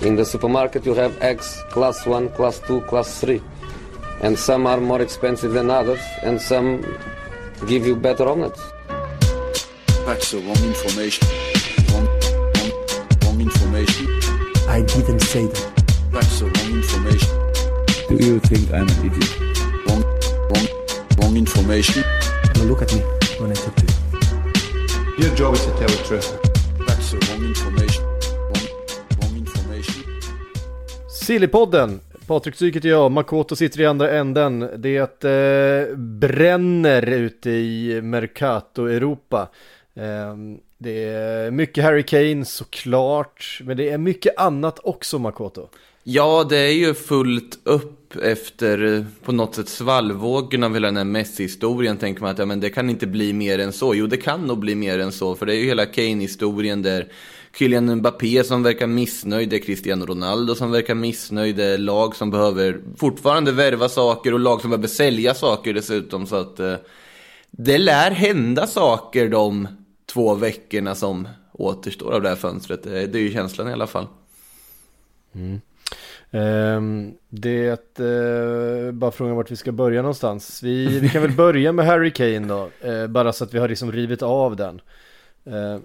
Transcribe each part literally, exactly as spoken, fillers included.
In the supermarket you have eggs class one, class two, class three. And some are more expensive than others, and some give you better omelets. That's the wrong information. Wrong, wrong, wrong information. I didn't say that. That's the wrong information. Do you think I'm an idiot? Wrong, wrong, wrong information. Now look at me when I talk to you. Your job is to tell the truth. That's the wrong information. Wrong, wrong information. Sillypodden. Patrik Syket och jag, Makoto sitter i andra änden. Det eh, bränner ute i Mercato Europa. Eh, det är mycket Harry Kane såklart, men det är mycket annat också, Makoto. Ja, det är ju fullt upp efter på något sätt svallvågen av hela den här Messi-historien. Tänker man att ja, men det kan inte bli mer än så. Jo, det kan nog bli mer än så, för det är ju hela Kane-historien där Kylian Mbappé som verkar missnöjd, det är Cristiano Ronaldo som verkar missnöjd, det är lag som behöver fortfarande värva saker och lag som behöver sälja saker dessutom, så att eh, det lär hända saker de två veckorna som återstår av det här fönstret. Det, det är ju känslan i alla fall. Mm. Um, det uh, bara frågan vart vi ska börja någonstans. Vi, vi kan väl börja med Harry Kane då, uh, bara så att vi har liksom rivit av den. Uh,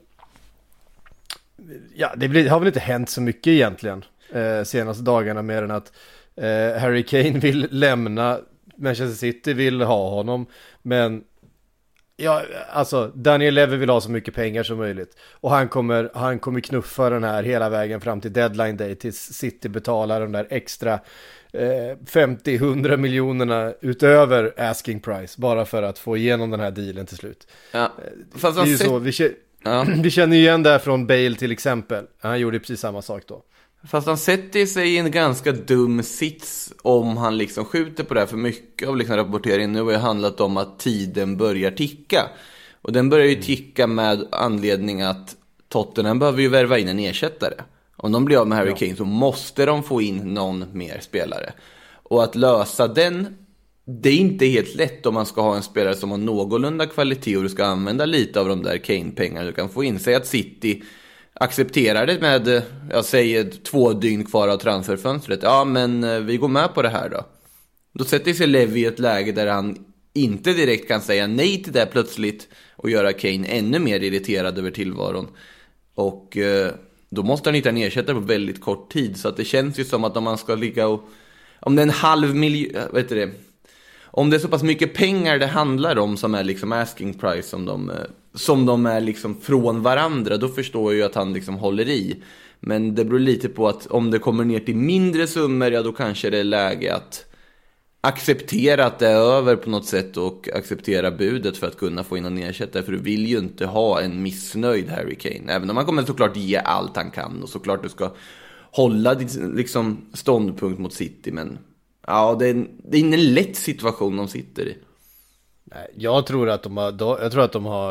Ja, det blir, har väl inte hänt så mycket egentligen eh, senaste dagarna, mer än att eh, Harry Kane vill lämna, Manchester City vill ha honom, men ja, alltså Daniel Levy vill ha så mycket pengar som möjligt, och han kommer, han kommer knuffa den här hela vägen fram till deadline day tills City betalar de där extra eh, femtio till hundra miljonerna utöver asking price bara för att få igenom den här dealen till slut. Ja, fast det är ju sett... så, vi känner Ja. Vi känner ju igen där från Bale till exempel. Han gjorde precis samma sak då. Fast han sätter sig i en ganska dum sits om han liksom skjuter på det här, för mycket av liksom rapporteringen nu har ju handlat om att tiden börjar ticka. Och den börjar ju ticka med anledning att Tottenham behöver ju värva in en ersättare. Om de blir av med Harry Kane så måste de få in någon mer spelare. Och att lösa den, det är inte helt lätt om man ska ha en spelare som har någorlunda kvalitet och du ska använda lite av de där Kane-pengarna du kan få in. Säg att City accepterar det med, jag säger, två dygn kvar av transferfönstret. Ja, men vi går med på det här då. Då sätter sig Levy i ett läge där han inte direkt kan säga nej till det plötsligt och göra Kane ännu mer irriterad över tillvaron. Och eh, då måste han hitta en ersättare på väldigt kort tid. Så att det känns ju som att om man ska ligga och... Om det är en halv miljon... Vet du det? Om det är så pass mycket pengar det handlar om som är liksom asking price, som de, som de är liksom från varandra, då förstår jag ju att han liksom håller i. Men det beror lite på att om det kommer ner till mindre summor, ja då kanske det är läge att acceptera att det är över på något sätt och acceptera budet för att kunna få in en ersättare. För du vill ju inte ha en missnöjd Harry Kane, även om man kommer såklart ge allt han kan och såklart du ska hålla din liksom ståndpunkt mot City, men ja, det är, det är ingen lätt situation de sitter i. Nej, jag tror att de har, jag tror att de har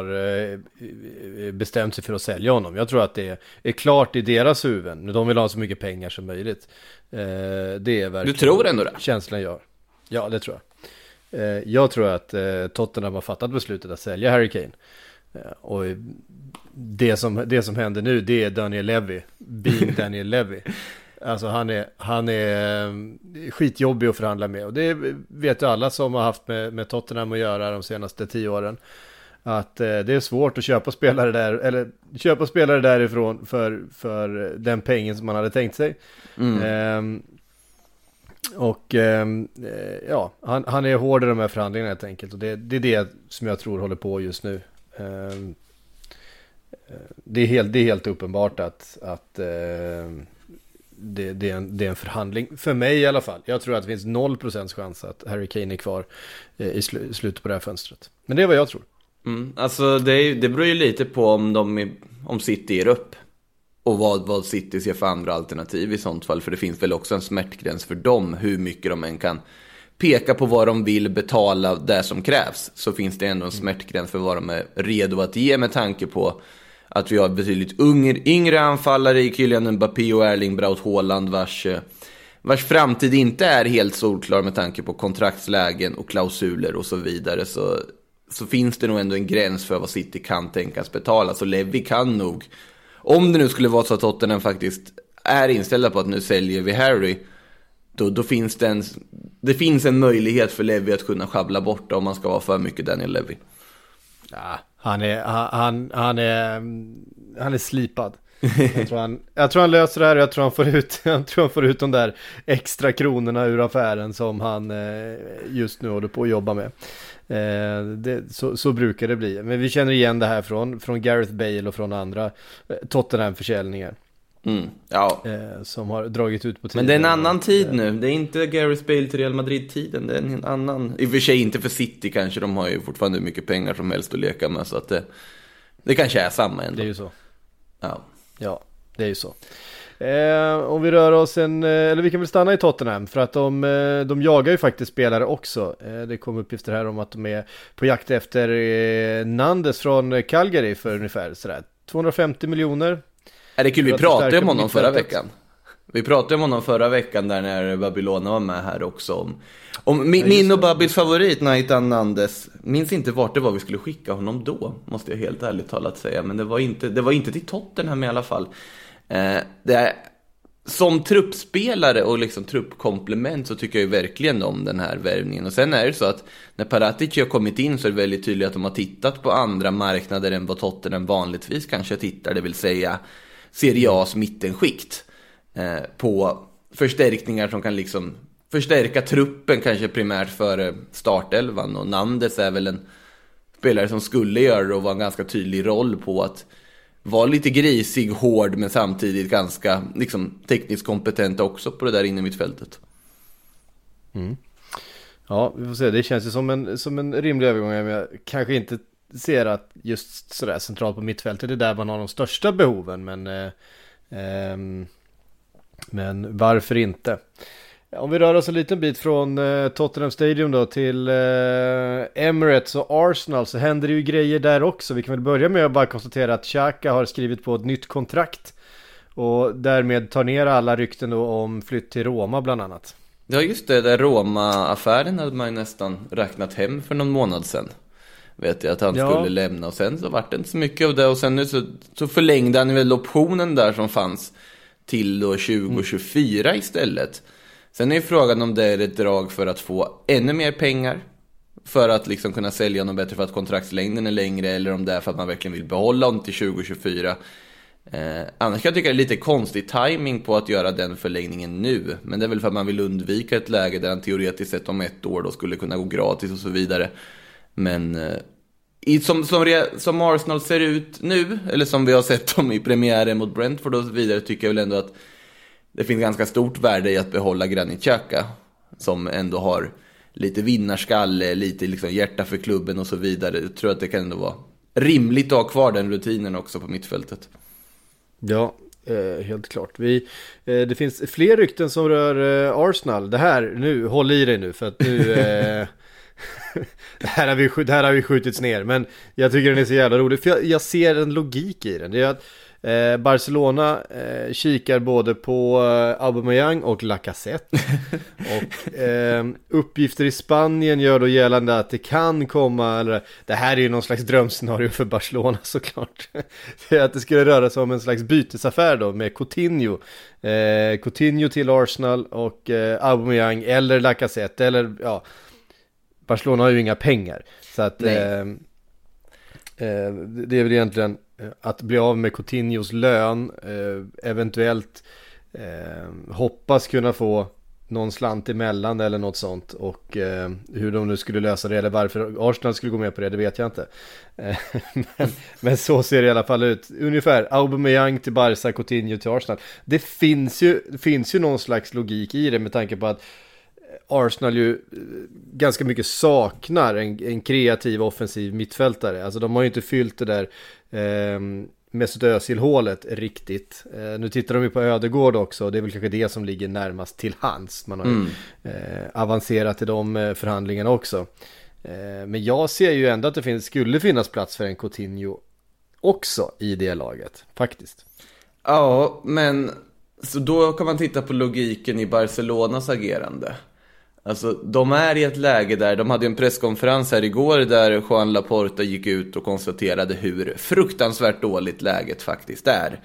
bestämt sig för att sälja honom. Jag tror att det är klart i deras huvuden. De vill ha så mycket pengar som möjligt. Det är verkligen, du tror ändå det? Känslan gör. Ja, det tror jag. Jag tror att Tottenham har fattat beslutet att sälja Harry Kane. Och det som, det som händer nu, det är Daniel Levy. Being Daniel Levy. Alltså han är, han är skitjobbig att förhandla med. Och det vet ju alla som har haft med, med Tottenham att göra de senaste tio åren. Att eh, det är svårt att köpa spelare där, eller köpa spelare därifrån för, för den pengen som man hade tänkt sig. Mm. Ehm, och ehm, ja, han, han är hård i de här förhandlingarna helt enkelt. Och det, det är det som jag tror håller på just nu. Ehm, det, är helt, det är helt uppenbart att... att ehm, Det, det, är en, det är en förhandling för mig i alla fall. Jag tror att det finns noll procent chans att Harry Kane är kvar eh, i sl- slutet på det här fönstret. Men det är vad jag tror. Mm, alltså det, är, det beror ju lite på om, de är, om City ger upp och vad, vad City ser för andra alternativ i sånt fall. För det finns väl också en smärtgräns för dem, hur mycket de än kan peka på vad de vill betala det som krävs. Så finns det ändå en smärtgräns för vad de är redo att ge, med tanke på att vi har betydligt yngre, yngre anfallare i Kylian Mbappé och Erling Braut Haaland, vars, vars framtid inte är helt solklar med tanke på kontraktslägen och klausuler och så vidare. Så, så finns det nog ändå en gräns för vad City kan tänkas betala. Så Levy kan nog, om det nu skulle vara så att Tottenham faktiskt är inställda på att nu säljer vi Harry, då, då finns det en, det finns en möjlighet för Levy att kunna schabbla bort om man ska vara för mycket Daniel Levy. Ja, han är han, han är han är slipad. Jag tror han, jag tror han löser det här. Jag tror han får ut jag tror han får ut de där extra kronorna ur affären som han just nu håller på att jobba med. Eh, det, så, så brukar det bli. Men vi känner igen det här från, från Gareth Bale och från andra eh, Tottenham-försäljningar. Mm, ja. eh, Som har dragit ut på tiden. Men det är en annan tid eh, nu. Det är inte Gareth Bale till Real Madrid-tiden. Det är en annan. I och för sig inte för City kanske. De har ju fortfarande mycket pengar som helst att leka med. Så att det, det kanske är samma ändå. Det är ju så. Ja, ja det är ju så. Eh, om vi rör oss en, eller vi kan väl stanna i Tottenham, för att de, de jagar ju faktiskt spelare också. Eh, det kom uppgifter här om att de är på jakt efter eh, Nandes från Calgary för ungefär sådär tvåhundrafemtio miljoner. Är det kul, vi pratade om honom förra veckan. Vi pratade om honom förra veckan där när Babylona var med här också. Om, om min, min och Babys favorit, Nathan Nandes. Minns inte vart det var vi skulle skicka honom då, måste jag helt ärligt talat säga. Men det var inte, det var inte till Tottenham i alla fall. Eh, det är, som truppspelare och liksom truppkomplement så tycker jag ju verkligen om den här värvningen. Och sen är det så att när Paratici har kommit in så är det väldigt tydligt att de har tittat på andra marknader än vad Tottenham vanligtvis kanske tittar, det vill säga Serie A's mittenskikt, eh, på förstärkningar som kan liksom förstärka truppen kanske primärt för startelvan. Och Nandes är väl en spelare som skulle göra det och var en ganska tydlig roll på att var lite grisig, hård, men samtidigt ganska liksom, tekniskt kompetent också på det där inne i mittfältet. Mm. Ja, vi får se. Det känns ju som en, som en rimlig övergång. Men jag kanske inte ser att just sådär centralt på mittfältet är där man har de största behoven. Men, eh, eh, men varför inte? Om vi rör oss en liten bit från eh, Tottenham Stadium då till eh, Emirates och Arsenal, så händer det ju grejer där också. Vi kan väl börja med att bara konstatera att Xhaka har skrivit på ett nytt kontrakt och därmed tar ner alla rykten då om flytt till Roma bland annat. Ja just det, där Roma-affären hade man ju nästan räknat hem för någon månad sedan. Vet jag att han ja. skulle lämna, och sen så vart det inte så mycket av det, och sen nu så, så förlängde han väl optionen där som fanns till då tjugo tjugofyra mm. istället. Sen är frågan om det är ett drag för att få ännu mer pengar för att liksom kunna sälja något bättre för att kontraktslängden är längre, eller om det är för att man verkligen vill behålla honom till tjugo tjugofyra. Eh, annars kan jag tycka det är lite konstig timing på att göra den förlängningen nu, men det är väl för att man vill undvika ett läge där han teoretiskt sett om ett år då skulle kunna gå gratis och så vidare. Men eh, i, som, som, som Arsenal ser ut nu, eller som vi har sett dem i premiären mot Brentford och så vidare, tycker jag väl ändå att det finns ganska stort värde i att behålla Granit Xhaka, som ändå har lite vinnarskalle, lite liksom hjärta för klubben och så vidare. Jag tror att det kan ändå vara rimligt att ha kvar den rutinen också på mittfältet. Ja, eh, helt klart. Vi, eh, det finns fler rykten som rör eh, Arsenal. Det här, nu, håll i dig nu, för att nu... Eh, det, här har vi, det här har vi skjutits ner, men jag tycker den är så jävla rolig, för jag, jag ser en logik i den. Det är att Eh, Barcelona eh, kikar både på eh, Aubameyang och Lacazette. Och eh, uppgifter i Spanien gör då gällande att det kan komma, eller det här är ju någon slags drömscenario för Barcelona såklart. Det är att det skulle röra sig om en slags bytesaffär då med Coutinho. Eh, Coutinho till Arsenal och eh, Aubameyang eller Lacazette, eller ja, Barcelona har ju inga pengar. Så att eh, eh, det är väl egentligen att bli av med Coutinhos lön, eh, eventuellt eh, hoppas kunna få någon slant emellan eller något sånt, och eh, hur de nu skulle lösa det eller varför Arsenal skulle gå med på det, det vet jag inte. Eh, men, men så ser det i alla fall ut. Ungefär Aubameyang till Barca, Coutinho till Arsenal. Det finns ju, finns ju någon slags logik i det, med tanke på att Arsenal ju ganska mycket saknar en, en kreativ offensiv mittfältare. Alltså de har ju inte fyllt det där eh, Mesut Özil-hålet riktigt. Eh, nu tittar de ju på Ödegård också, och det är väl kanske det som ligger närmast till hands. Man har ju mm. eh, avancerat till de eh, förhandlingarna också. Eh, men jag ser ju ändå att det finns, skulle finnas plats för en Coutinho också i det laget, faktiskt. Ja, men så då kan man titta på logiken i Barcelonas agerande. Alltså, de är i ett läge där, de hade en presskonferens här igår där Joan Laporta gick ut och konstaterade hur fruktansvärt dåligt läget faktiskt är.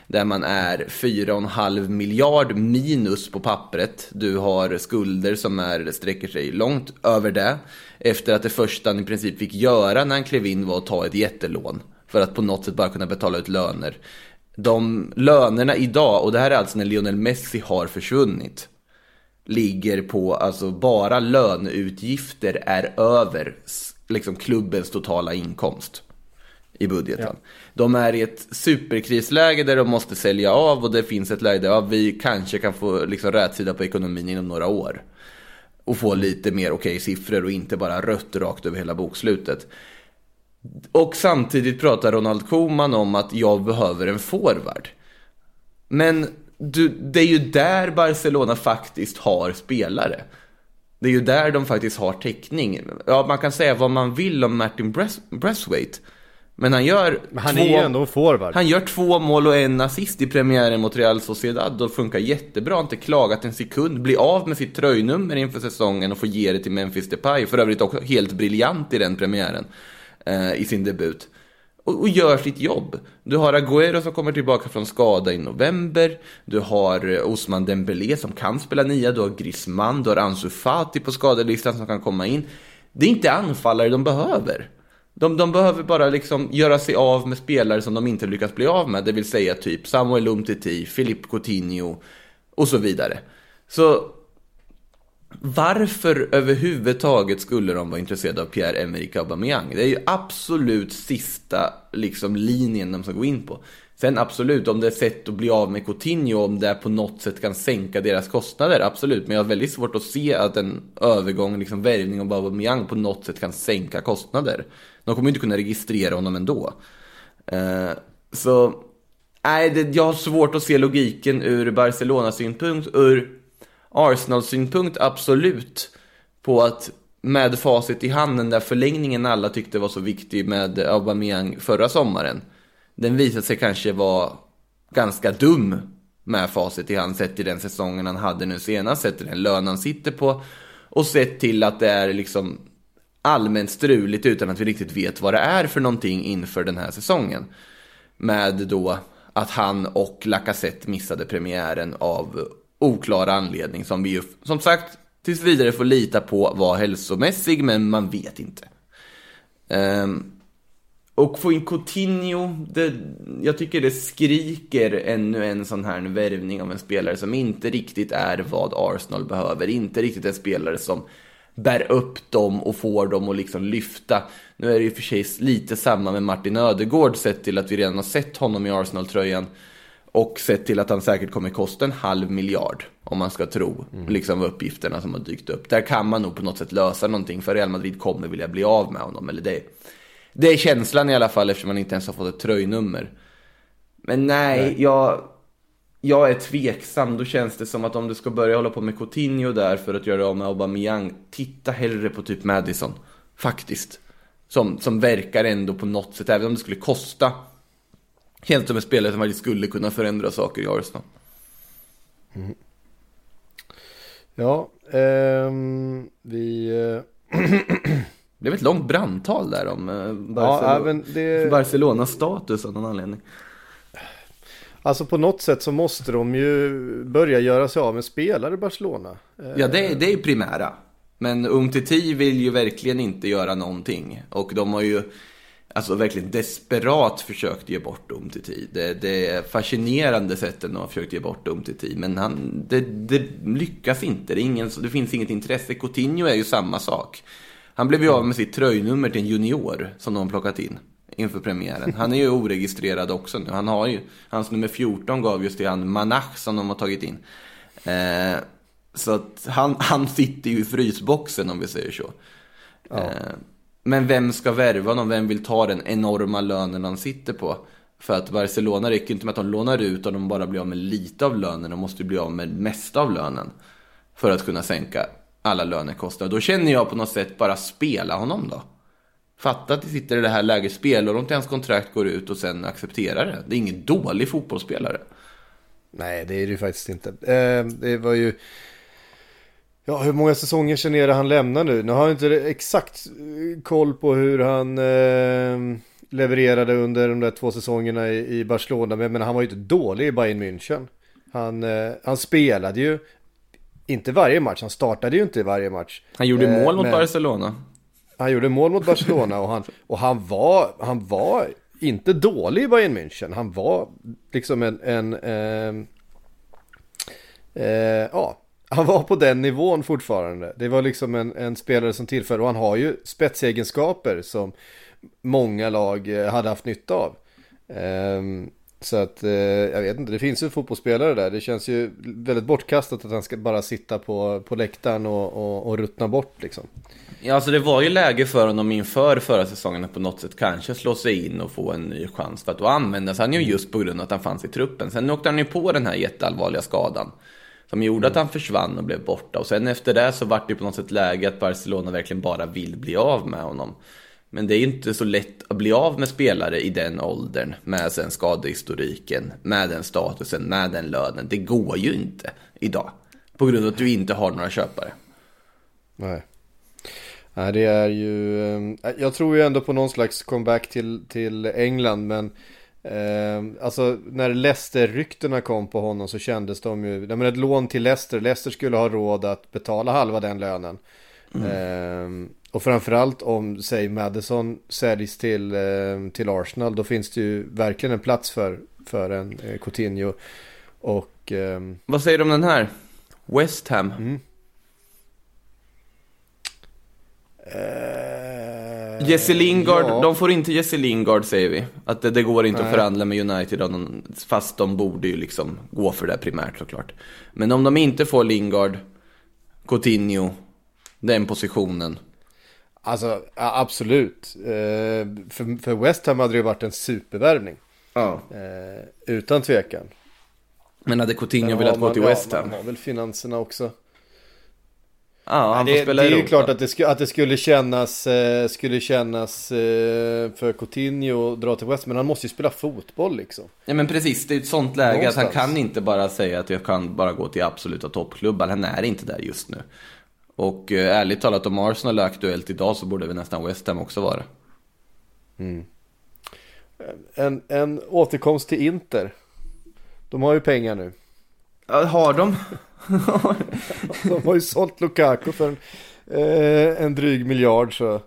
där man är fyra och en halv miljard minus på pappret. Du har skulder som är, sträcker sig långt över det, efter att det första han i princip fick göra när han klev in var att ta ett jättelån för att på något sätt bara kunna betala ut löner. De lönerna idag, och det här är alltså när Lionel Messi har försvunnit, ligger på, alltså bara löneutgifter är över liksom klubbens totala inkomst i budgeten. Ja. De är i ett superkrisläge där de måste sälja av, och det finns ett läge där ja, vi kanske kan få liksom rätsida på ekonomin inom några år och få lite mer okej siffror och inte bara rött rakt över hela bokslutet. Och samtidigt pratar Ronald Koeman om att jag behöver en forward. Men du, det är ju där Barcelona faktiskt har spelare. Det är ju där de faktiskt har täckning. Ja, man kan säga vad man vill om Martin Braithwaite, men han gör men han två, är ju ändå forward. Han gör två mål och en assist i premiären mot Real Sociedad och funkar jättebra, inte klagat en sekund, blir av med sitt tröjnummer inför säsongen och får ge det till Memphis Depay, för övrigt också helt briljant i den premiären eh, i sin debut. Och, och gör sitt jobb. Du har Agüero som kommer tillbaka från skada i november. Du har Ousmane Dembélé som kan spela nia. Du har Griezmann, du har Ansu Fati på skadelistan som kan komma in. Det är inte anfallare de behöver. De, de behöver bara liksom göra sig av med spelare som de inte lyckas bli av med. Det vill säga typ Samuel Umtiti, Philippe Coutinho och så vidare. Så varför överhuvudtaget skulle de vara intresserade av Pierre-Emerick Aubameyang? Det är ju absolut sista liksom, linjen de ska gå in på. Sen absolut, om det är sätt att bli av med Coutinho, om det på något sätt kan sänka deras kostnader, absolut. Men jag har väldigt svårt att se att en övergång, liksom värvning av Aubameyang på något sätt kan sänka kostnader. De kommer inte kunna registrera honom ändå. Uh, så, nej, det, jag har svårt att se logiken ur Barcelonas synpunkt. Ur Arsenals synpunkt absolut, på att med facit i handen, där förlängningen alla tyckte var så viktig med Aubameyang förra sommaren, den visade sig kanske vara ganska dum med facit i hand, sett till den säsongen han hade nu senast, sett till den lön han sitter på och sett till att det är liksom allmänt struligt utan att vi riktigt vet vad det är för någonting inför den här säsongen, med då att han och Lacazette missade premiären av oklar anledning som vi ju, som sagt, tills vidare får lita på var hälsomässig, men man vet inte. Um, och få in Coutinho, det, jag tycker det skriker ännu en sån här värvning av en spelare som inte riktigt är vad Arsenal behöver, inte riktigt en spelare som bär upp dem och får dem att liksom lyfta. Nu är det ju för sig lite samma med Martin Ödegaard, sett till att vi redan har sett honom i Arsenal-tröjan. Och sett till att han säkert kommer kosta en halv miljard, om man ska tro mm. liksom uppgifterna som har dykt upp. Där kan man nog på något sätt lösa någonting, för Real Madrid kommer vilja bli av med honom. Eller det, det är känslan i alla fall, eftersom man inte ens har fått ett tröjnummer. Men nej, nej. Jag, jag är tveksam. Då känns det som att om du ska börja hålla på med Coutinho där för att göra av med Aubameyang, titta hellre på typ Madison. Faktiskt. Som, som verkar ändå på något sätt, även om det skulle kosta, känns som en spelare som faktiskt skulle kunna förändra saker i Arsenal. Mm. Ja, ehm, vi... Det är ett långt brandtal där om eh, Barcelona, ja, även det... Barcelonas status av någon anledning. Alltså på något sätt så måste de ju börja göra sig av med spelare i Barcelona. Ja, det är, det är primära. Men Umtiti vill ju verkligen inte göra någonting. Och de har ju alltså verkligen desperat försökt ge bort Umtiti. Det, det är fascinerande sättet de har försökt ge bort Umtiti. Men han, det, det lyckas inte. Det, är ingen, det finns inget intresse. Coutinho är ju samma sak. Han blev ju av med sitt tröjnummer till en junior som de har plockat in inför premiären. Han är ju oregistrerad också nu. Han har ju, hans nummer fjorton gav just till han Manach som de har tagit in. Eh, så att han, han sitter ju i frysboxen, om vi säger så. Ja. Eh, men vem ska värva honom? Vem vill ta den enorma lönen han sitter på? För att Barcelona räcker inte med att de lånar ut och de bara blir av med lite av lönen. De måste bli av med mesta av lönen för att kunna sänka alla lönekostnader. Då känner jag på något sätt bara spela honom då. Fatta att det sitter i det här läget, spelar de till hans kontrakt går ut och sen accepterar det. Det är ingen dålig fotbollsspelare. Nej, det är det ju faktiskt inte. Eh, det var ju... Ja, hur många säsonger sedan är det han lämnar nu? Nu har jag inte exakt koll på hur han... Eh, levererade under de där två säsongerna i, i Barcelona, men, men han var ju inte dålig i Bayern München. Han, eh, han spelade ju inte varje match, han startade ju inte i varje match. Han gjorde eh, mål mot men, Barcelona. Han gjorde mål mot Barcelona och han, och han var han var inte dålig i Bayern München. Han var liksom en, en eh, eh, ja, han var på den nivån fortfarande. Det var liksom en, en spelare som tillför, och han har ju spetsegenskaper som många lag hade haft nytta av. Eh, så att eh, jag vet inte, det finns ju fotbollsspelare där. Det känns ju väldigt bortkastat att han ska bara sitta på, på läktaren och, och, och ruttna bort liksom. Ja, alltså det var ju läge för honom inför förra säsongen att på något sätt kanske slå sig in och få en ny chans. För att då användes han ju just på grund av att han fanns i truppen. Sen åkte han ju på den här jätteallvarliga skadan som gjorde att han försvann och blev borta. Och sen efter det så var det på något sätt läge att Barcelona verkligen bara vill bli av med honom. Men det är inte så lätt att bli av med spelare i den åldern, med sen skadehistoriken, med den statusen, med den lönen. Det går ju inte idag på grund av att du inte har några köpare. Nej. Nej, det är ju... Jag tror ju ändå på någon slags comeback till, till England, men eh, alltså när Leicester-ryktena kom på honom så kändes de ju... Jag menar, ett lån till Leicester. Leicester skulle ha råd att betala halva den lönen. Mm. Eh, och framförallt om, säg, Maddison säljs till, eh, till Arsenal, då finns det ju verkligen en plats för, för en eh, Coutinho. Och... Eh, Vad säger du om den här? West Ham? Mm. Uh, Jesse Lingard, ja. De får inte Jesse Lingard, säger vi. Att det, det går inte Nej. Att förhandla med United av någon, fast de borde ju liksom gå för det primärt såklart. Men om de inte får Lingard, Coutinho, den positionen. Alltså, absolut. Uh, för, för West Ham hade det ju varit en supervärvning. Ja. Uh, utan tvekan. Men hade Coutinho Men velat gå till West Ham? Man har väl finanserna också. Ja, han det, får spela det är ju Europa. klart att det, sk- att det skulle kännas eh, skulle kännas eh, för Coutinho att dra till West, men han måste ju spela fotboll liksom. Ja, men precis, det är ett sånt läge Någonstans. att han kan inte bara säga att jag kan bara gå till absoluta toppklubbar. Han är inte där just nu. Och eh, ärligt talat, om Arsenal är aktuellt idag så borde vi nästan West Ham också vara. Mm. En, en återkomst till Inter. De har ju pengar nu. Ja, har de? De har ju sålt Lukaku för en, eh, en dryg miljard så.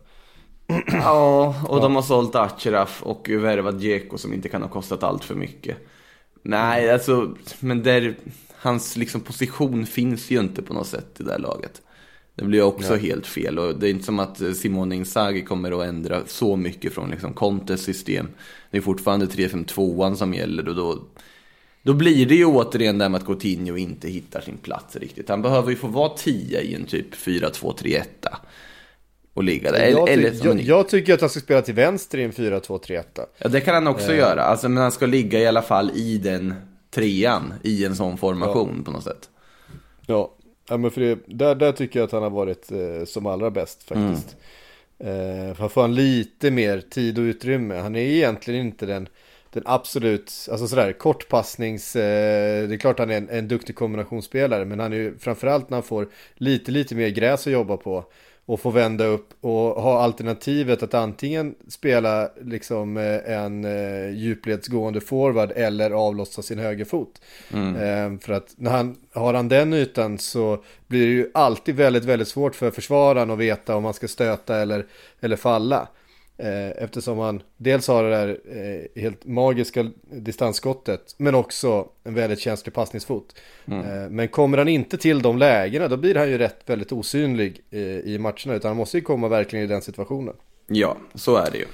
Ja, och ja. De har sålt Achraf och värvat Dzeko som inte kan ha kostat allt för mycket. Nej, alltså, men där, hans liksom position finns ju inte på något sätt i det här laget. Det blir ju också ja. Helt fel, och det är inte som att Simone Inzaghi kommer att ändra så mycket från liksom Contes system. Det är fortfarande tre fem två som gäller, och då Då blir det ju återigen där med att Coutinho inte hittar sin plats riktigt. Han behöver ju få vara tio i en typ fyra två tre ett och ligga där. Jag, ty- eller, eller, jag, jag tycker att han ska spela till vänster i en fyra två tre ett. Ja, det kan han också eh. göra. Alltså, men han ska ligga i alla fall i den trean i en sån formation ja. På något sätt. Ja, ja men för det, där, där tycker jag att han har varit eh, som allra bäst faktiskt. Mm. Eh, för att få han lite mer tid och utrymme. Han är egentligen inte den... Den absolut, alltså sådär, kortpassnings, eh, det är klart han är en, en duktig kombinationsspelare, men han är ju framförallt när han får lite, lite mer gräs att jobba på och få vända upp och ha alternativet att antingen spela liksom eh, en eh, djupledsgående forward eller avlossa sin högerfot. Mm. Eh, för att när han har han den ytan så blir det ju alltid väldigt, väldigt svårt för försvararen att veta om man ska stöta eller, eller falla. Eftersom han dels har det där eh, helt magiska distansskottet, men också en väldigt känslig passningsfot. Mm. Eh, men kommer han inte till de lägena, då blir han ju rätt väldigt osynlig eh, i matcherna, utan han måste ju komma verkligen i den situationen. Ja, så är det ju.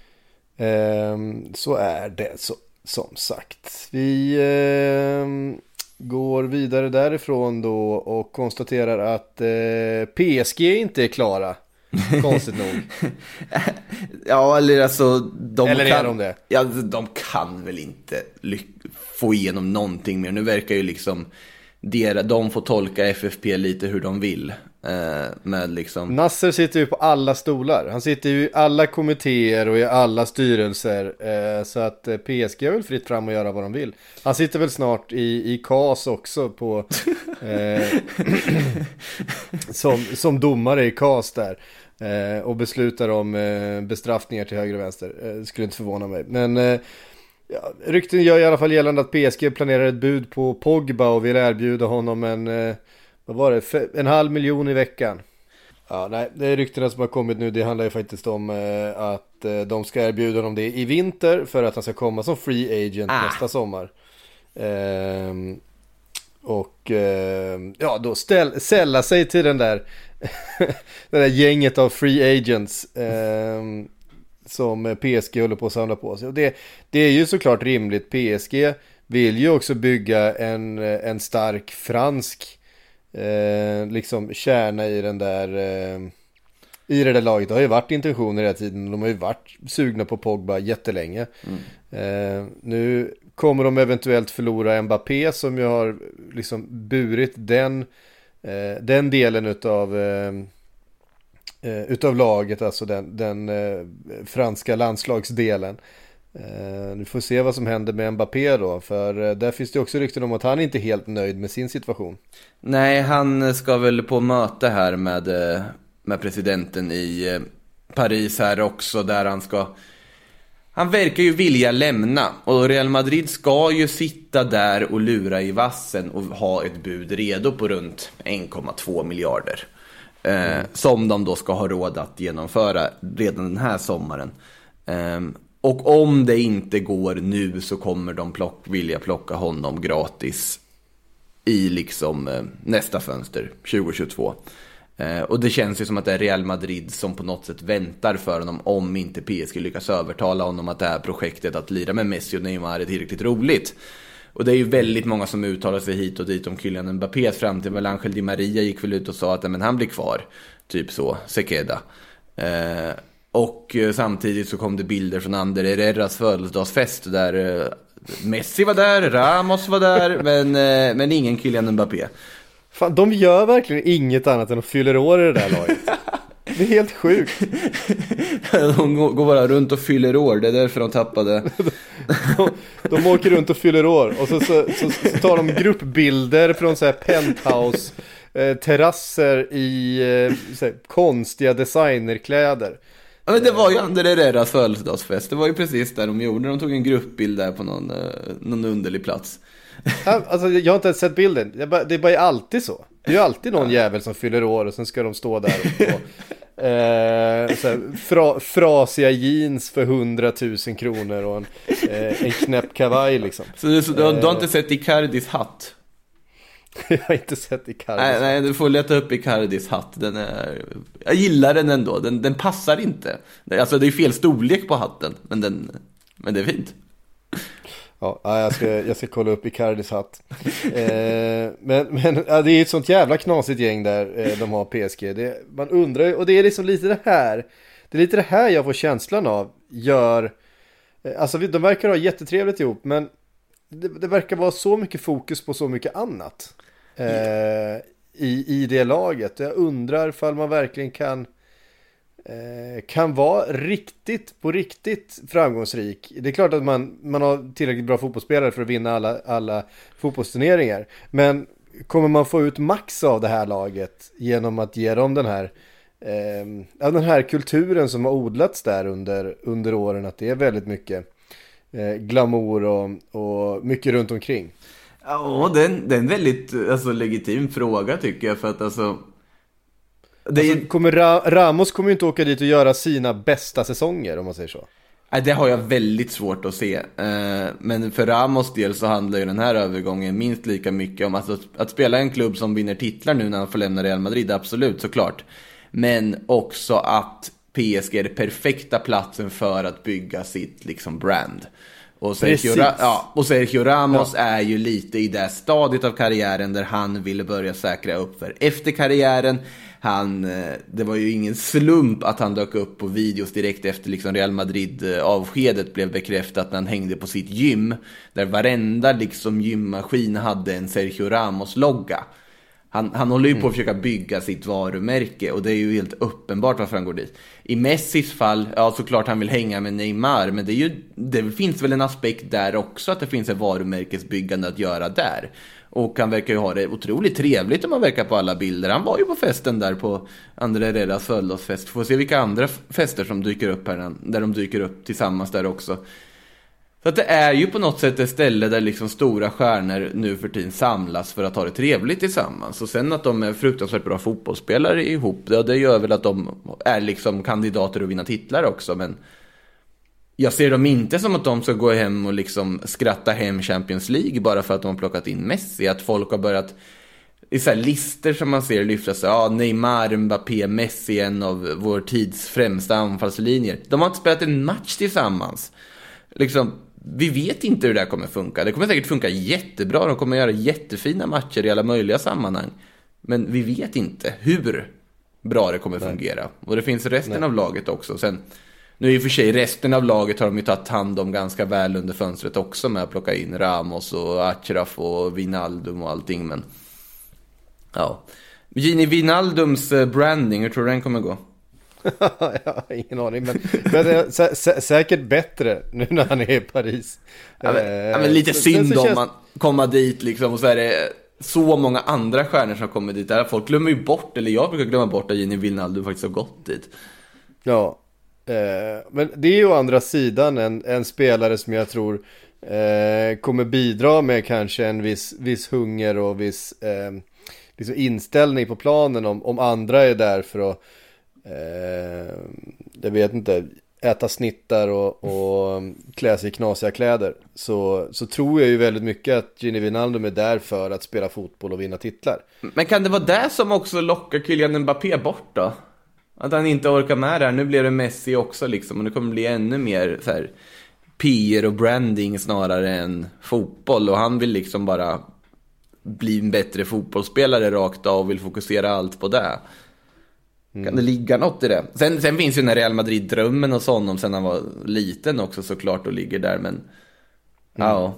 Eh, så är det, så, som sagt. Vi eh, går vidare därifrån då och konstaterar att eh, P S G inte är klara. Konstigt nog. Ja, eller alltså de eller kan, är de det? Ja, de kan väl inte lyck- få igenom någonting mer. Nu verkar ju liksom dera, de får tolka F F P lite hur de vill. Eh, med liksom... Nasser sitter ju på alla stolar. Han sitter ju i alla kommittéer och i alla styrelser. Eh, så att eh, P S G är väl fritt fram att göra vad de vill. Han sitter väl snart i, i K A S också på eh, som, som domare i K A S där. eh, och beslutar om eh, bestraffningar till höger och vänster. Eh, det skulle inte förvåna mig. Men eh, ja, rykten gör i alla fall gällande att P S G planerar ett bud på Pogba och vill erbjuda honom en, eh, vad var det, en halv miljon i veckan. Ja, nej, det är ryktena som har kommit nu. Det handlar ju faktiskt om eh, att eh, de ska erbjuda honom det i vinter för att han ska komma som free agent ah. nästa sommar. Eh, och eh, ja, då ställ, sälla sig till den där det där gänget av free agents eh, som P S G håller på att samla på sig. Och det, det är ju såklart rimligt. P S G vill ju också bygga en, en stark fransk Eh, liksom kärna i den där eh, i det där laget. Det har ju varit intentioner hela tiden. De har ju varit sugna på Pogba jättelänge. Mm. eh, Nu kommer de eventuellt förlora Mbappé som ju har liksom burit den eh, den delen utav eh, utav laget, alltså den, den eh, franska landslagsdelen. Uh, nu får vi se vad som händer med Mbappé då, för uh, där finns det också rykten om att han inte är helt nöjd med sin situation. Nej, han ska väl på möte här med, uh, med presidenten i uh, Paris här också, där han ska han verkar ju vilja lämna, och Real Madrid ska ju sitta där och lura i vassen och ha ett bud redo på runt en komma två miljarder uh, mm. som de då ska ha råd att genomföra redan den här sommaren. um, Och om det inte går nu så kommer de plock, vilja plocka honom gratis i liksom eh, nästa fönster, tjugo tjugotvå. Eh, och det känns ju som att det är Real Madrid som på något sätt väntar för honom om inte P S G lyckas övertala honom att det här projektet att lira med Messi och Neymar är tillräckligt roligt. Och det är ju väldigt många som uttalar sig hit och dit om Kylian Mbappé fram till väl Angel Di Maria gick väl ut och sa att men han blir kvar, typ så, Sekeda. Eh, Och samtidigt så kom det bilder från Ander Herreras födelsedagsfest där Messi var där, Ramos var där, men, men ingen Kylian Mbappé. Fan, de gör verkligen inget annat än att fylla år i det där laget. Det är helt sjukt. De går bara runt och fyller år, det är därför de tappade. de, de åker runt och fyller år och så, så, så, så tar de gruppbilder från så här penthouse eh, terrasser i eh, så här, konstiga designerkläder. Ja, men det var ju Ander Herreras födelsedagsfest. Det var ju precis där de gjorde. De tog en gruppbild där på någon, någon underlig plats. Ja, alltså, jag har inte ens sett bilden. Det är, bara, det är bara alltid så. Det är ju alltid någon jävel som fyller år och sen ska de stå där och få eh, så här, fra, frasiga jeans för hundratusen kronor och en, eh, en knäpp kavaj liksom. Så, du, så du, har, du har inte sett Icardis hatt? Jag har inte sett Icardis nej, nej, du får leta upp Icardis hatt. Den är, jag gillar den ändå. Den, den passar inte. Alltså det är fel storlek på hatten, men, den, men det är fint. Ja, jag ska, jag ska kolla upp Icardis hatt. eh, Men, men ja, det är ett sånt jävla knasigt gäng där eh, de har P S G. Det, man undrar, och det är liksom lite det här. Det är lite det här jag får känslan av. Gör eh, Alltså de verkar ha jättetrevligt ihop, men det, det verkar vara så mycket fokus på så mycket annat eh, i, i det laget. Jag undrar ifall man verkligen kan eh, Kan vara riktigt på riktigt framgångsrik. Det är klart att man, man har tillräckligt bra fotbollsspelare för att vinna alla, alla fotbollsturneringar, men kommer man få ut max av det här laget genom att ge dem den här eh, den här kulturen som har odlats där under, under åren, att det är väldigt mycket eh, glamour och, och mycket runt omkring. Ja, det är en, det är en väldigt alltså, legitim fråga tycker jag, för att alltså det är... alltså, kommer Ra- Ramos kommer ju inte åka dit och göra sina bästa säsonger, om man säger så. Nej, det har jag väldigt svårt att se. Men för Ramos del så handlar ju den här övergången minst lika mycket om alltså, att spela en klubb som vinner titlar nu när han får lämna Real Madrid, absolut, såklart. Men också att P S G är den perfekta platsen för att bygga sitt liksom brand. Och Sergio, Ra- ja, och Sergio Ramos ja. är ju lite i det stadiet av karriären där han ville börja säkra upp för efter karriären. Han, det var ju ingen slump att han dök upp på videos direkt efter liksom Real Madrid-avskedet blev bekräftat när han hängde på sitt gym. Där varenda liksom gymmaskin hade en Sergio Ramos-logga. Han, han håller ju på att försöka bygga sitt varumärke och det är ju helt uppenbart varför han går dit. I Messis fall, ja såklart han vill hänga med Neymar, men det, är ju, det finns väl en aspekt där också att det finns ett varumärkesbyggande att göra där. Och han verkar ju ha det otroligt trevligt om man verkar på alla bilder. Han var ju på festen där på André Herreras födelsedagsfest. Får se vilka andra fester som dyker upp här, där de dyker upp tillsammans där också. Så att det är ju på något sätt ett ställe där liksom stora stjärnor nu för tiden samlas för att ha det trevligt tillsammans. Och sen att de är fruktansvärt bra fotbollsspelare ihop, det, det gör väl att de är liksom kandidater att vinna titlar också. Men jag ser dem inte som att de ska gå hem och liksom skratta hem Champions League bara för att de har plockat in Messi. Att folk har börjat i så här lister som man ser lyftas, ja, Neymar, Mbappé, Messi, en av vår tids främsta anfallslinjer. De har inte spelat en match tillsammans. Liksom, vi vet inte hur det här kommer funka. Det kommer säkert funka jättebra. De kommer göra jättefina matcher i alla möjliga sammanhang. Men vi vet inte hur bra det kommer Nej. fungera. Och det finns resten Nej. av laget också. Sen, nu i och för sig, resten av laget har de ju tagit hand om ganska väl under fönstret också, med att plocka in Ramos och Achraf och Wijnaldum och allting. Men ja, Gini Wijnaldums branding, hur tror du den kommer gå? Jag har ingen aning, men, men sä- sä- säkert bättre nu när han är i Paris. Ja, men, ja, men lite så, synd om känns... man kommer dit liksom, och så är det så många andra stjärnor som kommer dit där. Folk glömmer ju bort, eller jag brukar glömma bort att Gini Wijnaldum faktiskt har gått dit. Ja, eh, men det är ju å andra sidan en, en spelare som jag tror eh, kommer bidra med kanske en viss, viss hunger och viss eh, liksom inställning på planen om, om andra är där för att Eh, jag vet inte, äta snittar och, och klä sig i knasiga kläder, så, så tror jag ju väldigt mycket att Gini Wijnaldum är där för att spela fotboll och vinna titlar. Men kan det vara det som också lockar Kylian Mbappé bort då? Att han inte orkar med där. Nu blir det Messi också liksom, och det kommer bli ännu mer så här P R och branding snarare än fotboll, och han vill liksom bara bli en bättre fotbollsspelare rakt av och vill fokusera allt på det. Mm. Kan det ligga något i det? Sen, sen finns ju den här Real Madrid-drömmen och sånt om sen han var liten också såklart och ligger där, men mm. ja.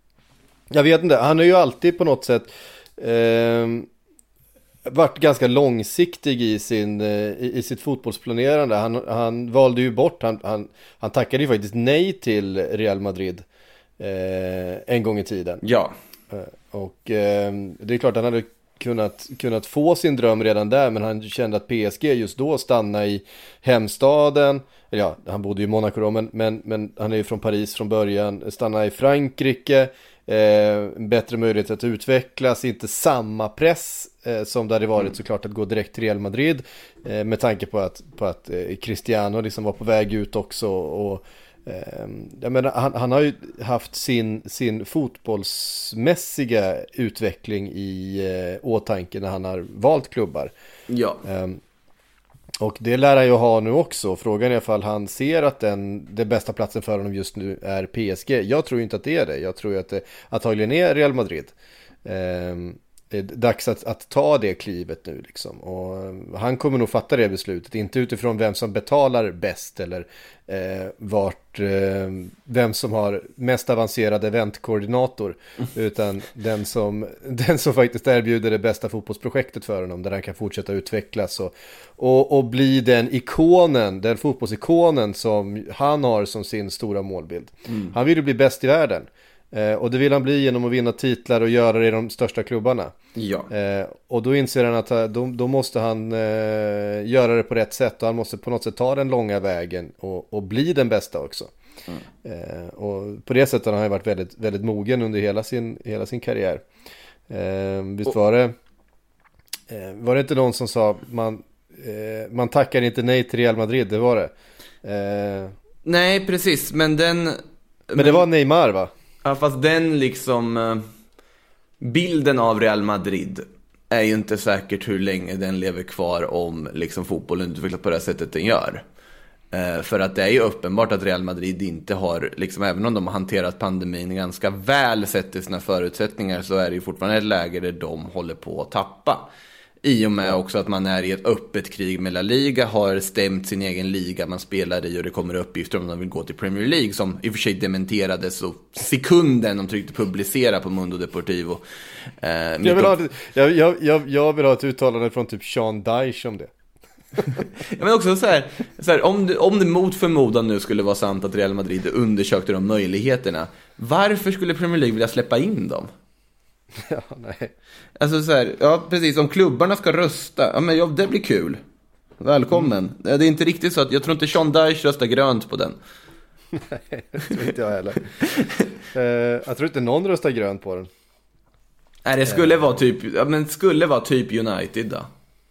Jag vet inte, han är ju alltid på något sätt eh, varit ganska långsiktig i, sin, i, i sitt fotbollsplanerande. Han, han valde ju bort, han, han, han tackade ju faktiskt nej till Real Madrid eh, en gång i tiden. Ja. Eh, och eh, det är klart han hade kunnat, kunnat få sin dröm redan där, men han kände att P S G just då stanna i hemstaden. Ja, han bodde ju i Monaco då, men, men, men han är ju från Paris från början. Stanna i Frankrike, eh, bättre möjlighet att utvecklas, inte samma press eh, som det hade varit såklart att gå direkt till Real Madrid, eh, med tanke på att, på att eh, Cristiano liksom var på väg ut också. Och jag menar, han, han har ju haft sin, sin fotbollsmässiga utveckling i eh, åtanke när han har valt klubbar. Ja. Um, och det lär han ju ha nu också. Frågan är ifall han ser att den, den bästa platsen för honom just nu är P S G. Jag tror inte att det är det. Jag tror att det antagligen är Real Madrid. Um, det är dags att, att ta det klivet nu liksom. Och han kommer nog fatta det beslutet, inte utifrån vem som betalar bäst eller eh, vart eh, vem som har mest avancerad eventkoordinator, utan den som, den som faktiskt erbjuder det bästa fotbollsprojektet för honom, där han kan fortsätta utvecklas och, och, och bli den ikonen, den fotbollsikonen som han har som sin stora målbild. Mm. Han vill ju bli bäst i världen. Eh, och det vill han bli genom att vinna titlar och göra det i de största klubbarna. Ja. Eh, och då inser han att då, då måste han eh, göra det på rätt sätt, och han måste på något sätt ta den långa vägen och, och bli den bästa också. Mm. Eh, och på det sättet har han ju varit väldigt, väldigt mogen under hela sin, hela sin karriär. Eh, visst var det eh, var det inte någon som sa man, eh, man tackar inte nej till Real Madrid, det var det. Eh, Nej, precis, men den... Men, men det var Neymar, va? Ja, fast den liksom bilden av Real Madrid är ju inte säkert hur länge den lever kvar om liksom fotbollen utvecklas på det sättet den gör. Eh, för att det är ju uppenbart att Real Madrid inte har, liksom, även om de har hanterat pandemin ganska väl sett i sina förutsättningar, så är det ju fortfarande ett läge där de håller på att tappa I och med också att man är i ett öppet krig med La Liga, har stämt sin egen liga man spelar i, och det kommer uppgifter om att de vill gå till Premier League, som i och för sig dementerades så sekunden de tryckte publicera på Mundo Deportivo. Eh, jag, vill ha, jag, jag, jag, jag vill ha ett uttalande från typ Sean Dyche om det. Ja, men också så här, så här om, det, om det mot förmodan nu skulle vara sant att Real Madrid undersökte de möjligheterna, varför skulle Premier League vilja släppa in dem? Ja, nej. Alltså så här, ja precis, om klubbarna ska rösta, ja men ja, det blir kul. Välkommen. Mm. Det är inte riktigt så att, jag tror inte Sean Dyche röstar grönt på den. Nej, det tror inte jag heller. uh, jag tror inte någon röstar grönt på den. Nej, det skulle uh. vara typ, ja men skulle vara typ United då.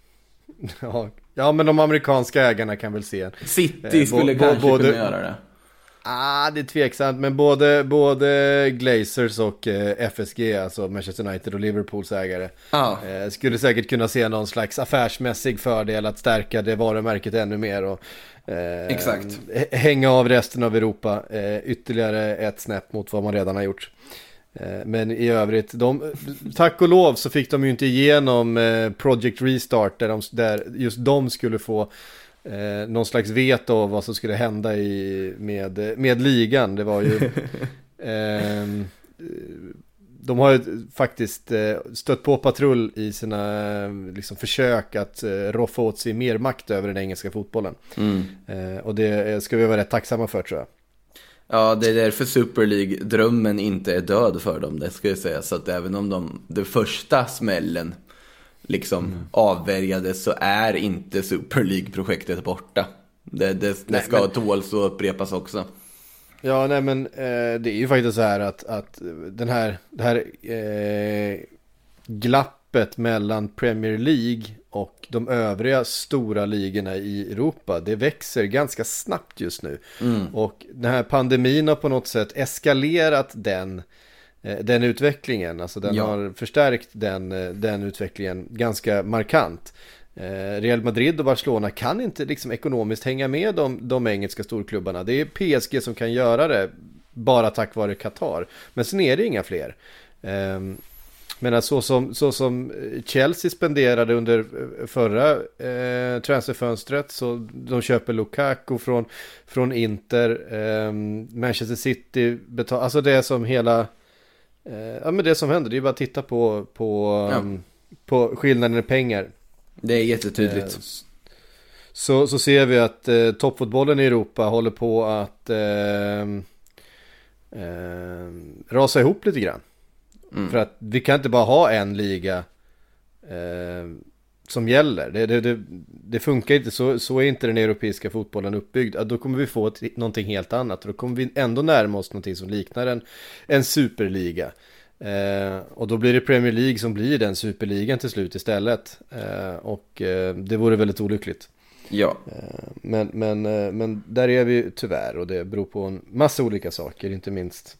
Ja, ja, men de amerikanska ägarna kan väl se. City skulle uh, bo, kanske både, kunna göra det. Ah, det är tveksamt, men både, både Glazers och eh, F S G, alltså Manchester United och Liverpools ägare, ah. eh, skulle säkert kunna se någon slags affärsmässig fördel att stärka det varumärket ännu mer och eh, Exakt. hänga av resten av Europa eh, ytterligare ett snäpp mot vad man redan har gjort. Eh, men i övrigt, de, tack och lov så fick de ju inte igenom eh, Project Restart där, de, där just de skulle få Eh, någon slags veto av vad som skulle hända i, med, med ligan. Det var ju eh, de har ju faktiskt eh, stött på patrull i sina liksom, försök att eh, roffa åt sig mer makt över den engelska fotbollen. Mm. Eh, och det ska vi vara rätt tacksamma för, tror jag. Ja, det är därför Super League-drömmen inte är död för dem, det ska jag säga. Så att även om de, det första smällen liksom mm. avvärjades, så är inte Super League-projektet borta. Det, det, det nej, ska men... tåls och upprepas också. Ja, nej men eh, det är ju faktiskt så här att, att den här, det här eh, glappet mellan Premier League och de övriga stora ligorna i Europa, det växer ganska snabbt just nu. Mm. Och den här pandemin har på något sätt eskalerat den den utvecklingen, alltså den ja. har förstärkt den, den utvecklingen ganska markant. Eh, Real Madrid och Barcelona kan inte liksom ekonomiskt hänga med de, de engelska storklubbarna. Det är P S G som kan göra det bara tack vare Qatar. Men sen är det inga fler. Eh, men så som, så som Chelsea spenderade under förra eh, transferfönstret, så de köper Lukaku från, från Inter, eh, Manchester City betal, alltså det är som hela ja, men det som händer, det är bara att titta på på, ja. um, på skillnaden i pengar. Det är jättetydligt. Eh, så, så ser vi att eh, toppfotbollen i Europa håller på att eh, eh, rasa ihop lite grann. Mm. För att vi kan inte bara ha en liga eh, som gäller. Det, det, det, det funkar inte, så, så är inte den europeiska fotbollen uppbyggd. Då kommer vi få ett, någonting helt annat. Då kommer vi ändå närma oss någonting som liknar en, en superliga. Eh, och då blir det Premier League som blir den superligan till slut istället. Eh, och eh, det vore väldigt olyckligt. Ja. Eh, men, men, eh, men där är vi tyvärr, och det beror på en massa olika saker, inte minst.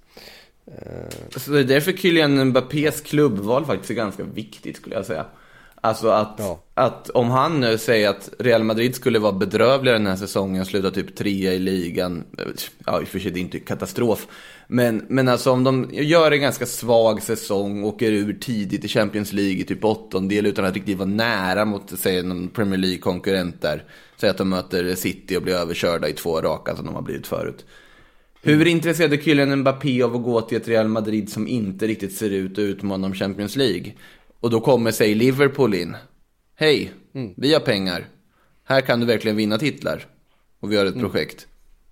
Eh. Så det är därför Kylian Mbappés klubbval faktiskt är ganska viktigt, skulle jag säga. Alltså att, ja. att om han nu säger att Real Madrid skulle vara bedrövligare den här säsongen och sluta typ trea i ligan, ja i och för sig det är inte katastrof, men, men alltså om de gör en ganska svag säsong, åker ur tidigt i Champions League i typ åttondel utan att riktigt vara nära mot, säg, någon Premier League-konkurrent där, säg att de möter City och blir överkörda i två raka som de har blivit förut. Hur intresserad är Kylian Mbappé av att gå till ett Real Madrid som inte riktigt ser ut att utmana om Champions League? Och då kommer sig Liverpool in. Hej, mm. vi har pengar. Här kan du verkligen vinna titlar. Och vi har ett mm. projekt.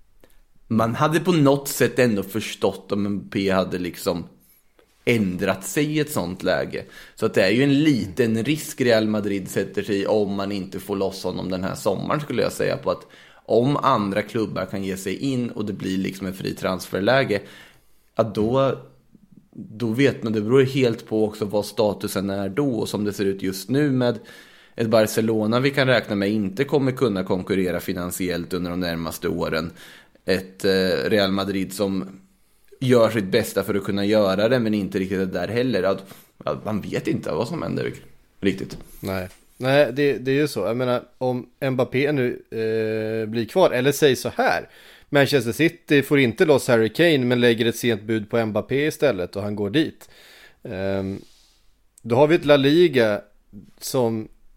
Man hade på något sätt ändå förstått om Mbappé hade liksom ändrat sig i ett sånt läge. Så att det är ju en liten risk Real Madrid sätter sig i om man inte får loss honom den här sommaren, skulle jag säga, på att om andra klubbar kan ge sig in och det blir liksom en fri transferläge, att då... Då vet man, det beror helt på också vad statusen är då, och som det ser ut just nu med ett Barcelona vi kan räkna med inte kommer kunna konkurrera finansiellt under de närmaste åren. Ett eh, Real Madrid som gör sitt bästa för att kunna göra det men inte riktigt det där heller. Att, att man vet inte vad som händer riktigt. Nej, Nej det, det är ju så. Jag menar, om Mbappé nu eh, blir kvar, eller säg så här: Manchester City får inte loss Harry Kane men lägger ett sent bud på Mbappé istället och han går dit. Um, då har vi ett La Liga som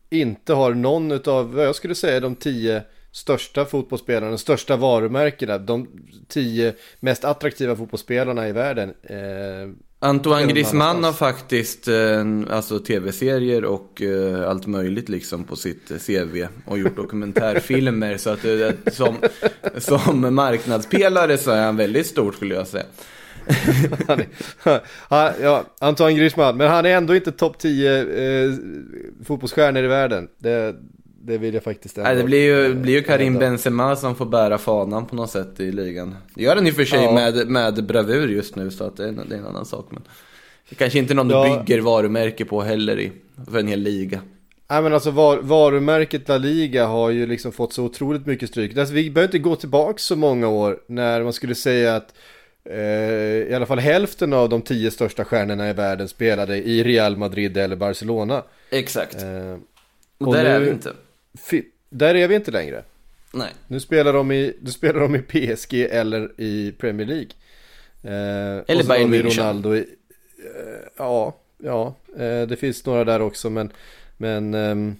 inte har någon utav, vad jag skulle säga, de tio största fotbollsspelarna, de största varumärkena, de tio mest attraktiva fotbollsspelarna i världen. Eh, Antoine Griezmann har faktiskt eh, alltså tv-serier och eh, allt möjligt liksom på sitt C V och gjort dokumentärfilmer så att eh, som, som marknadspelare så är han väldigt stor, skulle jag säga. han är, ja, ja, Antoine Griezmann, men han är ändå inte topp tio eh, fotbollsstjärnor i världen. Det, det vill jag faktiskt ändå. Nej, det blir ju, blir ju Karim Benzema som får bära fanan på något sätt i ligan. Det gör han i och för sig ja. med, med bravur just nu, så att det, är en, det är en annan sak. Men det kanske inte är någon ja. du bygger varumärke på heller i, för en hel liga. Nej, men alltså var, varumärket La Liga har ju liksom fått så otroligt mycket stryk. Alltså, vi behöver inte gå tillbaka så många år när man skulle säga att eh, i alla fall hälften av de tio största stjärnorna i världen spelade i Real Madrid eller Barcelona. Exakt. Eh, och, och där nu, är vi inte. Fi, där är vi inte längre. Nej. Nu spelar de i, nu spelar de i P S G eller i Premier League. Eh, eller Bayern München. Ronaldo i, eh, ja, ja eh, det finns några där också, men men um,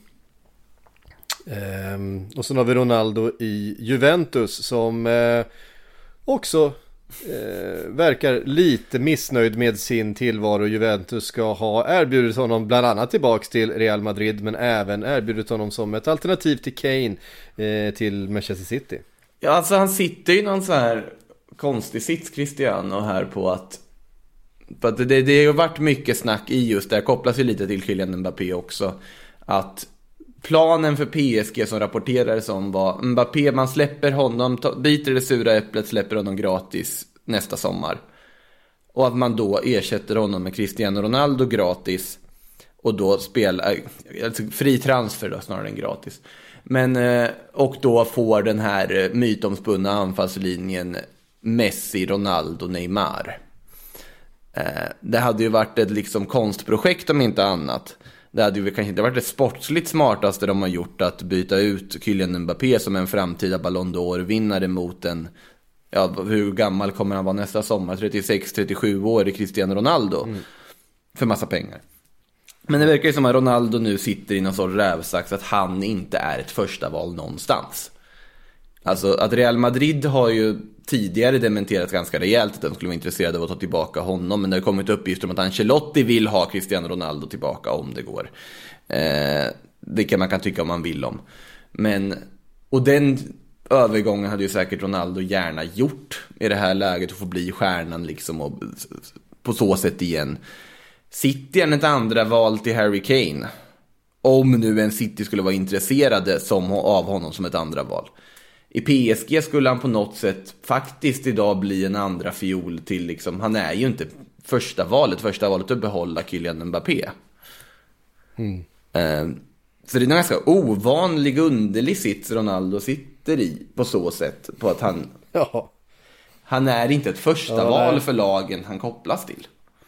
um, och sen har vi Ronaldo i Juventus som uh, också uh, verkar lite missnöjd med sin tillvaro. Juventus ska ha erbjudit honom bland annat tillbaks till Real Madrid, men även erbjudit honom som ett alternativ till Kane uh, till Manchester City. Ja, alltså han sitter ju i någon så här konstig sits, Cristiano, här på att För att det, det har ju varit mycket snack i just det här, kopplas ju lite till Kylian Mbappé också, att planen för P S G som rapporterades om var Mbappé, man släpper honom, biter det sura äpplet, släpper honom gratis nästa sommar, och att man då ersätter honom med Cristiano Ronaldo gratis, och då spelar alltså fri transfer då, snarare än gratis, men och då får den här mytomspunna anfallslinjen Messi, Ronaldo, Neymar. Det hade ju varit ett liksom konstprojekt om inte annat. Det hade ju kanske inte varit det sportsligt smartaste de har gjort, att byta ut Kylian Mbappé som en framtida Ballon d'Or-vinnare mot en, ja, hur gammal kommer han vara nästa sommar? trettiosex trettiosju år i Cristiano Ronaldo. Mm. För massa pengar. Men det verkar ju som att Ronaldo nu sitter i någon sorts rävsax, att han inte är ett första val någonstans. Alltså att Real Madrid har ju tidigare dementerat ganska rejält att de skulle vara intresserade av att ta tillbaka honom, men det har kommit uppgifter om att Ancelotti vill ha Cristiano Ronaldo tillbaka om det går. Eh, det kan man kan tycka om man vill om. Men, och den övergången hade ju säkert Ronaldo gärna gjort i det här läget, att få bli stjärnan liksom, och på så sätt igen. City är ett andra val till Harry Kane, om nu en City skulle vara intresserade som, av honom som ett andra val. I P S G skulle han på något sätt faktiskt idag bli en andra fiol till liksom, han är ju inte första valet, första valet att behålla Kylian Mbappé. Mm. Eh, så det är en ganska ovanlig, underlig sits Ronaldo sitter i på så sätt, på att han ja. han är inte ett första ja, val nej. för lagen han kopplas till.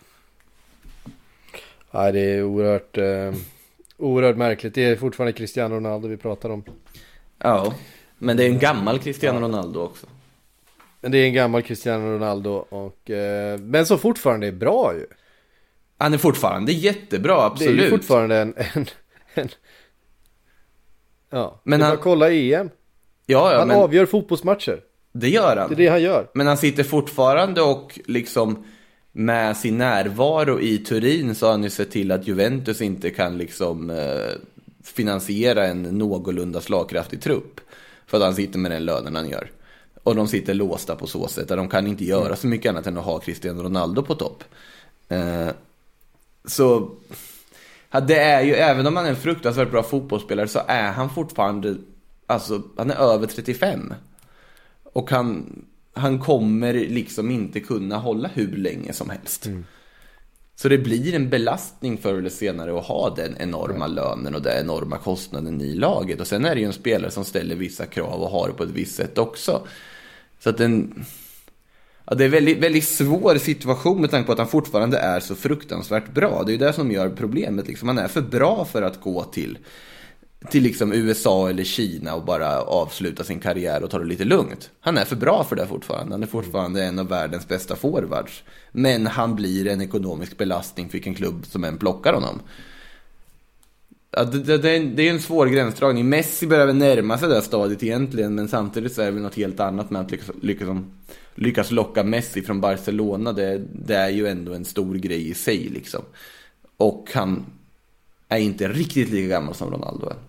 Ja, det är oerhört eh, oerhört märkligt. Det är fortfarande Cristiano Ronaldo vi pratar om. Ja. Men det är en gammal Cristiano Ronaldo också. Men det är en gammal Cristiano Ronaldo och, eh, men som fortfarande är bra ju. Han är fortfarande jättebra, absolut. Det är ju fortfarande en, en, en ja, men han kolla E M. Ja, ja, han men avgör fotbollsmatcher. Det gör han. Det är det han gör. Men han sitter fortfarande och liksom med sin närvaro i Turin så har han ju sett till att Juventus inte kan liksom eh, finansiera en någorlunda slagkraftig trupp. För att han sitter med den lönen han gör. Och de sitter låsta på så sätt. De kan inte göra så mycket annat än att ha Cristiano Ronaldo på topp. Eh, så ja, det är ju, även om han är en fruktansvärt bra fotbollsspelare, så är han fortfarande, alltså han är över trettiofem. Och han, han kommer liksom inte kunna hålla hur länge som helst. Mm. Så det blir en belastning förr eller senare att ha den enorma lönen och den enorma kostnaden i laget. Och sen är det ju en spelare som ställer vissa krav och har det på ett visst sätt också. Så att den, ja, det är en väldigt, väldigt svår situation med tanke på att han fortfarande är så fruktansvärt bra. Det är ju det som gör problemet. Liksom. Han är för bra för att gå till, till liksom U S A eller Kina och bara avsluta sin karriär och ta det lite lugnt. Han är för bra för det fortfarande. Han är fortfarande en av världens bästa forwards. Men han blir en ekonomisk belastning för vilken klubb som än plockar honom. Ja, det, det, det, är en, det är en svår gränsdragning. Messi behöver närma sig det där stadiet egentligen, men samtidigt så är det väl något helt annat med att lyckas, lyckas, lyckas locka Messi från Barcelona. Det, det är ju ändå en stor grej i sig liksom. Och han är inte riktigt lika gammal som Ronaldo är.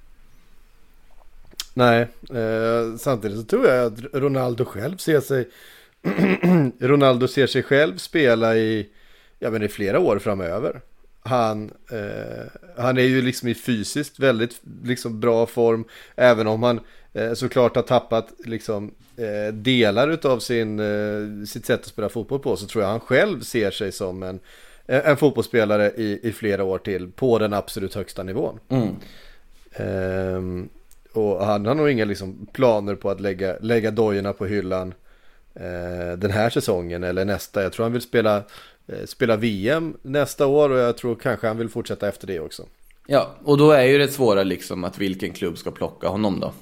Nej, eh, samtidigt så tror jag att Ronaldo själv ser sig Ronaldo ser sig själv spela i, jag menar, i flera år framöver. Han, eh, han är ju liksom i fysiskt väldigt liksom bra form, även om han eh, såklart har tappat liksom eh, delar utav sin, eh, sitt sätt att spela fotboll på, så tror jag han själv ser sig som en, en fotbollsspelare i, i flera år till på den absolut högsta nivån. Mm. Eh, och han har nog inga liksom planer på att lägga, lägga dojorna på hyllan eh, den här säsongen eller nästa. Jag tror han vill spela spela V M nästa år, och jag tror kanske han vill fortsätta efter det också. Ja, och då är ju det svåra liksom att vilken klubb ska plocka honom då.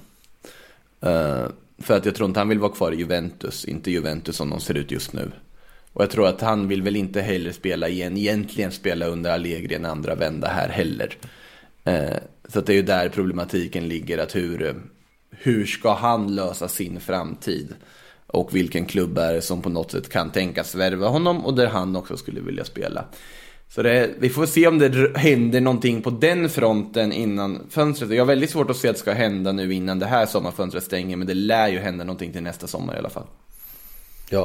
Uh, för att jag tror inte han vill vara kvar i Juventus, inte Juventus som de ser ut just nu. Och jag tror att han vill väl inte heller spela igen, egentligen spela under Allegri en andra vända här heller. Uh, så att det är ju där problematiken ligger, att hur, hur ska han lösa sin framtid? Och vilken klubb är som på något sätt kan tänkas värva honom och där han också skulle vilja spela. Så det, vi får se om det händer någonting på den fronten innan fönstret. Jag har väldigt svårt att se att det ska hända nu innan det här sommarfönstret stänger, men det lär ju hända någonting till nästa sommar i alla fall. Ja,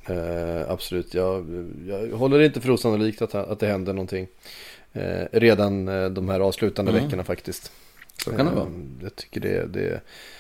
eh, absolut. Jag, jag håller inte för osannolikt att, att det händer någonting eh, redan eh, de här avslutande mm. veckorna faktiskt. Så kan det vara. Eh, jag tycker det, det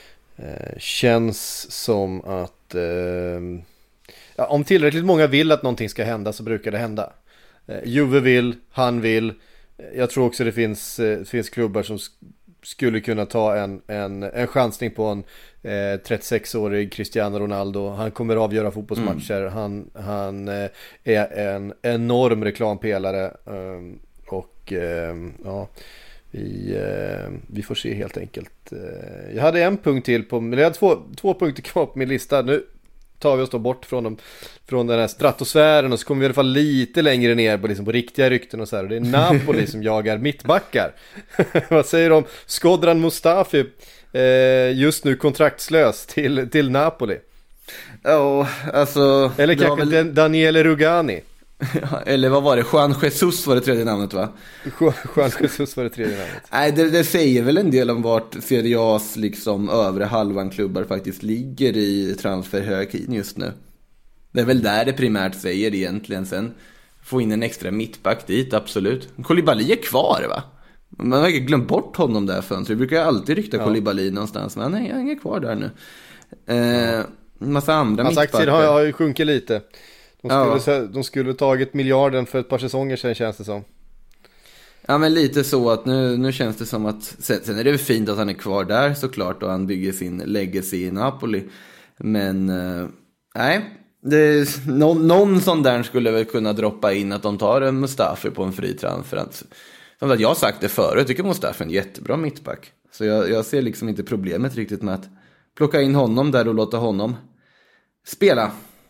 eh, känns som att eh, ja, om tillräckligt många vill att någonting ska hända så brukar det hända. Eh, Juve vill, han vill. Jag tror också det finns, eh, finns klubbar som sk- skulle kunna ta en, en, en chansning på en eh, trettiosex-årig Cristiano Ronaldo. Han kommer avgöra fotbollsmatcher. Mm. Han, han eh, är en enorm reklampelare. Eh, och eh, ja, vi, eh, vi får se helt enkelt. Eh, jag hade en punkt till på, men jag hade två, två punkter kvar på min lista. Nu tar vi oss då bort från, dem, från den här stratosfären och så kommer vi i alla fall lite längre ner på, liksom på riktiga rykten och så här. Och det är Napoli som jagar mittbackar. Vad säger de? Skodran Mustafi eh, just nu kontraktslös till, till Napoli. Ja, oh, alltså... Eller kanske väl... Daniele Rugani. Eller vad var det? Juan Jesus var det tredje namnet, va? Juan Jesus var det tredje namnet. Nej, det, det säger väl en del om vart Serie A's liksom övre halvan klubbar faktiskt ligger i transferhierarkin just nu. Det är väl där det primärt säger egentligen. Sen få in en extra mittback dit, absolut. Koulibaly är kvar, va? Man har inte glömt bort honom där fönstret. Vi brukar alltid rykta ja. Koulibaly någonstans, men nej, han är kvar där nu. Eh, massa andra Hans mittbackar. aktier har, har ju sjunkit lite. De skulle, ja. de skulle tagit miljarden för ett par säsonger sedan, känns det som. Ja, men lite så att nu, nu känns det som att sen, sen är det fint att han är kvar där såklart och han bygger sin legacy i Napoli. Men uh, nej, det, någon, någon sån där skulle väl kunna droppa in att de tar en Mustafi på en fri transfer. Som att jag har sagt det förut, jag tycker Mustafi är en jättebra mittback. Så jag, jag ser liksom inte problemet riktigt med att plocka in honom där och låta honom spela.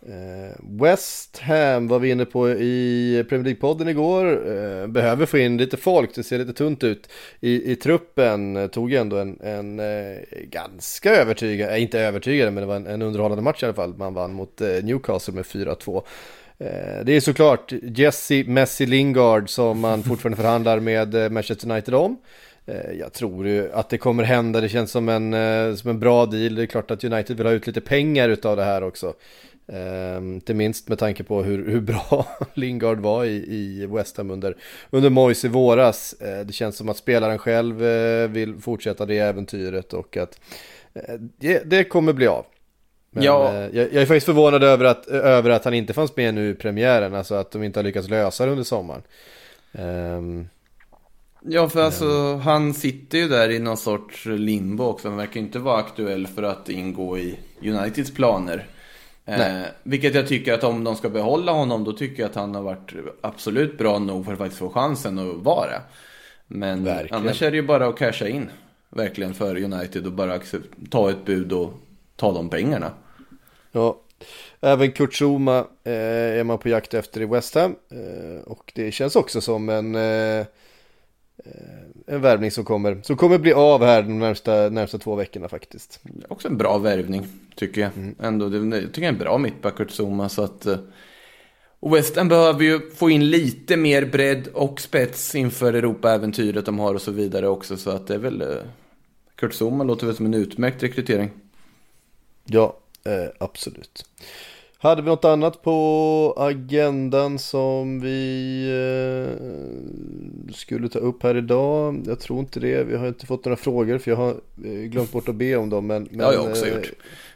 West Ham var vi inne på i Premier League-podden igår. Behöver få in lite folk, det ser lite tunt ut i, i truppen. Tog ändå en, en ganska övertygande, inte övertygande, men det var en, en underhållande match i alla fall. Man vann mot Newcastle med fyra två. Det är såklart Jesse Messi Lingard som man fortfarande förhandlar med Manchester United om. Jag tror ju att det kommer hända. Det känns som en, som en bra deal. Det är klart att United vill ha ut lite pengar utav det här också. Um, inte minst med tanke på hur, hur bra Lingard var i, i West Ham under, under Moyes i våras. uh, Det känns som att spelaren själv uh, vill fortsätta det äventyret och att uh, det, det kommer bli av. Men, ja. uh, jag, jag är faktiskt förvånad över att, uh, över att han inte fanns med nu i premiären. Alltså att de inte har lyckats lösa det under sommaren. um, Ja, för alltså um, han sitter ju där i någon sorts limbo också. Han verkar inte vara aktuell för att ingå i Uniteds planer. Eh, vilket jag tycker att om de ska behålla honom, då tycker jag att han har varit absolut bra nog för att faktiskt få chansen att vara. Men verkligen. Annars är det ju bara att casha in verkligen för United och bara ta ett bud och ta de pengarna. Ja, även Kurt Zouma eh, är man på jakt efter i West Ham. Eh, och det känns också som en... Eh, en värvning som kommer, som kommer bli av här de närmsta, närmsta två veckorna faktiskt. Också en bra värvning tycker jag. Mm. Ändå, det, jag tycker jag är en bra mittback Kurt Zouma, så att och West Ham behöver ju få in lite mer bredd och spets inför Europa-äventyret de har och så vidare också, så att det är väl Kurt Zouma låter väl som en utmärkt rekrytering. Ja, eh, absolut. Hade vi något annat på agendan som vi eh, skulle ta upp här idag? Jag tror inte det. Vi har inte fått några frågor för jag har eh, glömt bort att be om dem. Men, men, det har jag också eh, gjort.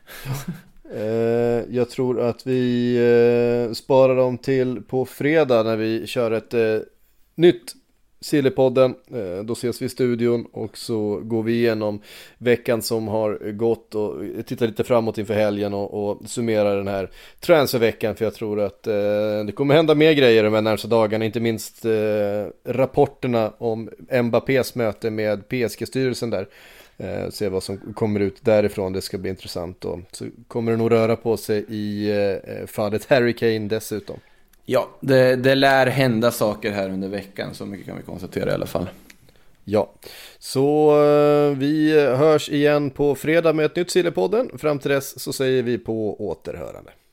eh, jag tror att vi eh, sparar dem till på fredag när vi kör ett eh, nytt Sillypodden. eh, Då ses vi i studion och så går vi igenom veckan som har gått och tittar lite framåt inför helgen och, och summerar den här transferveckan, för jag tror att eh, det kommer hända mer grejer de här närmaste dagarna, inte minst eh, rapporterna om Mbappés möte med P S G-styrelsen där. Eh, se vad som kommer ut därifrån, det ska bli intressant, och så kommer det nog röra på sig i eh, fallet Harry Kane dessutom. Ja, det, det lär hända saker här under veckan, så mycket kan vi konstatera i alla fall. Ja, så uh, vi hörs igen på fredag med ett nytt Sillypodden. Fram till dess så säger vi på återhörande.